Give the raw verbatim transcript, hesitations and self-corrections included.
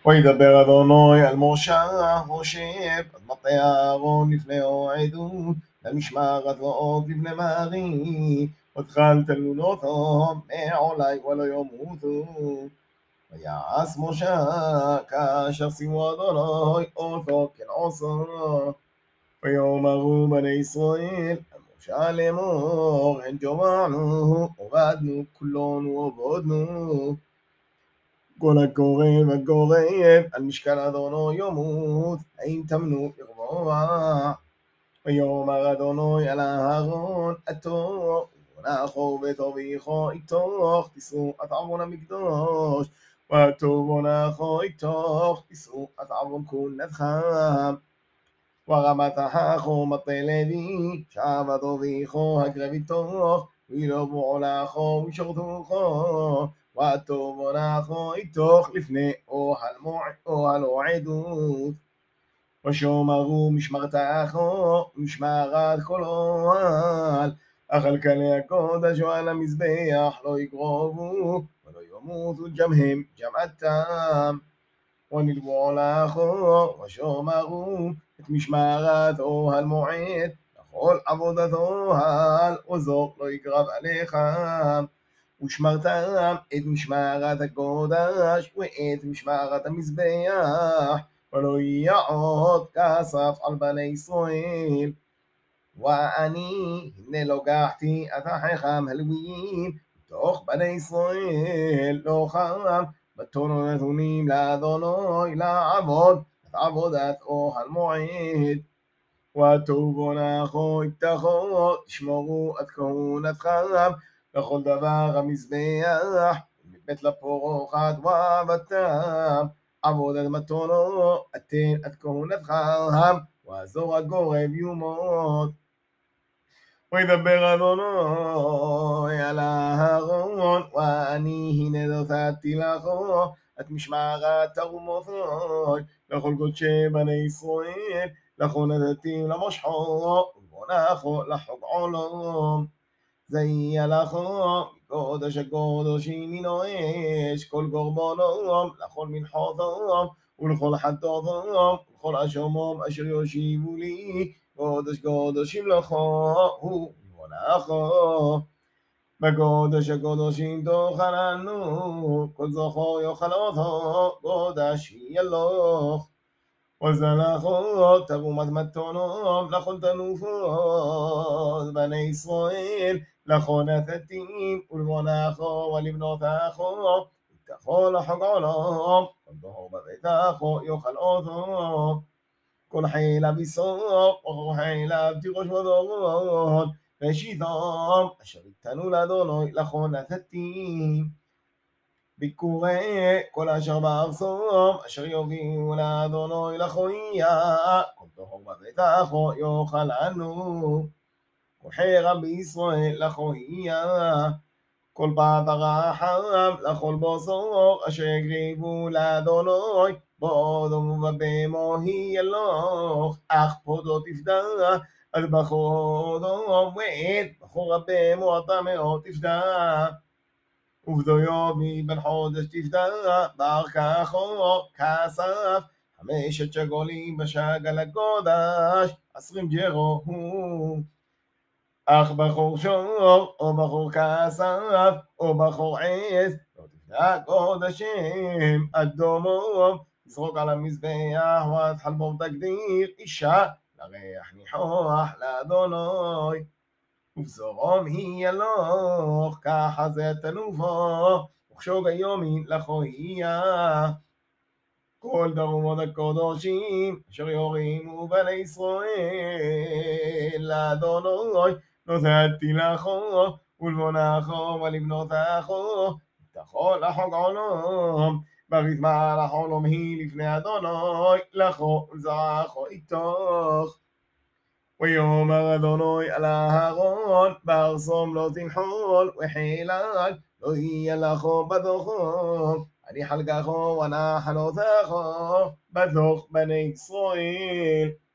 וידבר אדוני אל משה, הושב עד מטה אהרון לפני העדות, למשמר הזרועות לבני מרי, ותחל תלונותו מעולי ולא ימותו. ויעש משה כאשר שימו אדוני אותו כן עושו. ויאמרו בני ישראל על משה לאמור, הן ג'מענו עבדנו כולנו עבדנו. כל הקורב הקורב על משכן אדוני ימות, האם תמנו לרבוע. ויאמר אדוני אל אהרון, אתו ונחו ותוביכו איתוך, תישאו את עוון המקדוש, ואתו ונחו איתוך, תישאו את עוון כהונתכם. ורמת החכו מטה לוי, שב תוביכו הקרב איתוך, וילבו לכו וישרתוכו, וטוב אנחנו איתוך לפני אוהל העדות. ושומרו משמרתךו משמרת כל אוהל, אך על כלי הקודש ועל המזבח לא יקרבו ולא ימותו גם הם ג'מעתם. ונלבו לכו ושומרו את משמרת אוהל מועד, לכל עבודת אוהל עוזר לא יקרב עליכם. ושמרתם את משמרת הקודש ואת משמרת המזבח, ולא יעוד כסף על בני ישראל. ואני הנה לוקחתי את אחיכם הלוויים מתוך בני ישראל, לא חם בתונו נתונים לאדוני לעבוד את עבודת אוהל מועד. וטובו נחו איתכו, תשמרו את כהונתכם לכל דבר המזבח, מבית לפורחת ועבדתם, עבודת מתונו אתן את כהונתכם, ועזור הגורב יומות. וידבר אדוני אל אהרון, ואני הנה נתתי לכו את משמרת תרומותוי לכל קודשי בני ישראל, לכו נתתי למשחו ובונחו לחוג עולם. זה יהיה לכו מקודש הקודשים מן האש, כל קורבנם לכל מנחתם ולכל חטאתם ולכל אשמם אשר יושיבו לי, קודש קודשים לכו ובונחו. בקודש הקודשים תאכלנו, כל זכור יאכל אותו, קודש יהיה לך. וזלחו תרומת מתונם לכל תנופות בני ישראל, לכל נתתים ולבונכו ולבנותכו, איתכו לחוג עולם, כל דהור בביתכו יאכל אותו. כל חיליו יסוף וכל חיליו תירוש ודורות, ראשיתם אשר יתנו לאדוני לכל נתתים. ביקורי כל אשר בארצם אשר יביאו לאדוני לכויה, כל טהור בביתכו יאכלנו. כל חרם בישראל לכויה, כל בת הרחם לכל בשר אשר יקריבו לאדוני, באדום ובבהמה יהיה לך, אך פודו תפדה עד בכור אדום, ואת בכור הבהמה הטמא תפדה. ובדויו מבן חודש תפדה בארככו כסף, חמשת שגולים בשגל הקודש, עשרים ג'רו הוא. אך בחור שור או בחור כסף או בחור עז לא תפדה קודשים אדומו, תזרוק על המזבח ואת חלבו תגדיר אישה לריח ניחוח לאדוני. ובזורום יהיה לך, ככה זה תנופו, וכשog היומין לכו יהיה. כל תרומות הקודשים אשר יורימו בני ישראל לאדוני נתתי לכו, ולבונכו ולבנותכו, איתכו לחוג עולם. ברית מהלך עולם היא לפני אדוני, לכו ולזרעכו איתוך. ויאמר אדוני אל אהרון, בארצם לא תנחול, וחילק לא יהיה לכו בתוכו, אני חלקכו ונחלותכו בתוך בני ישראל.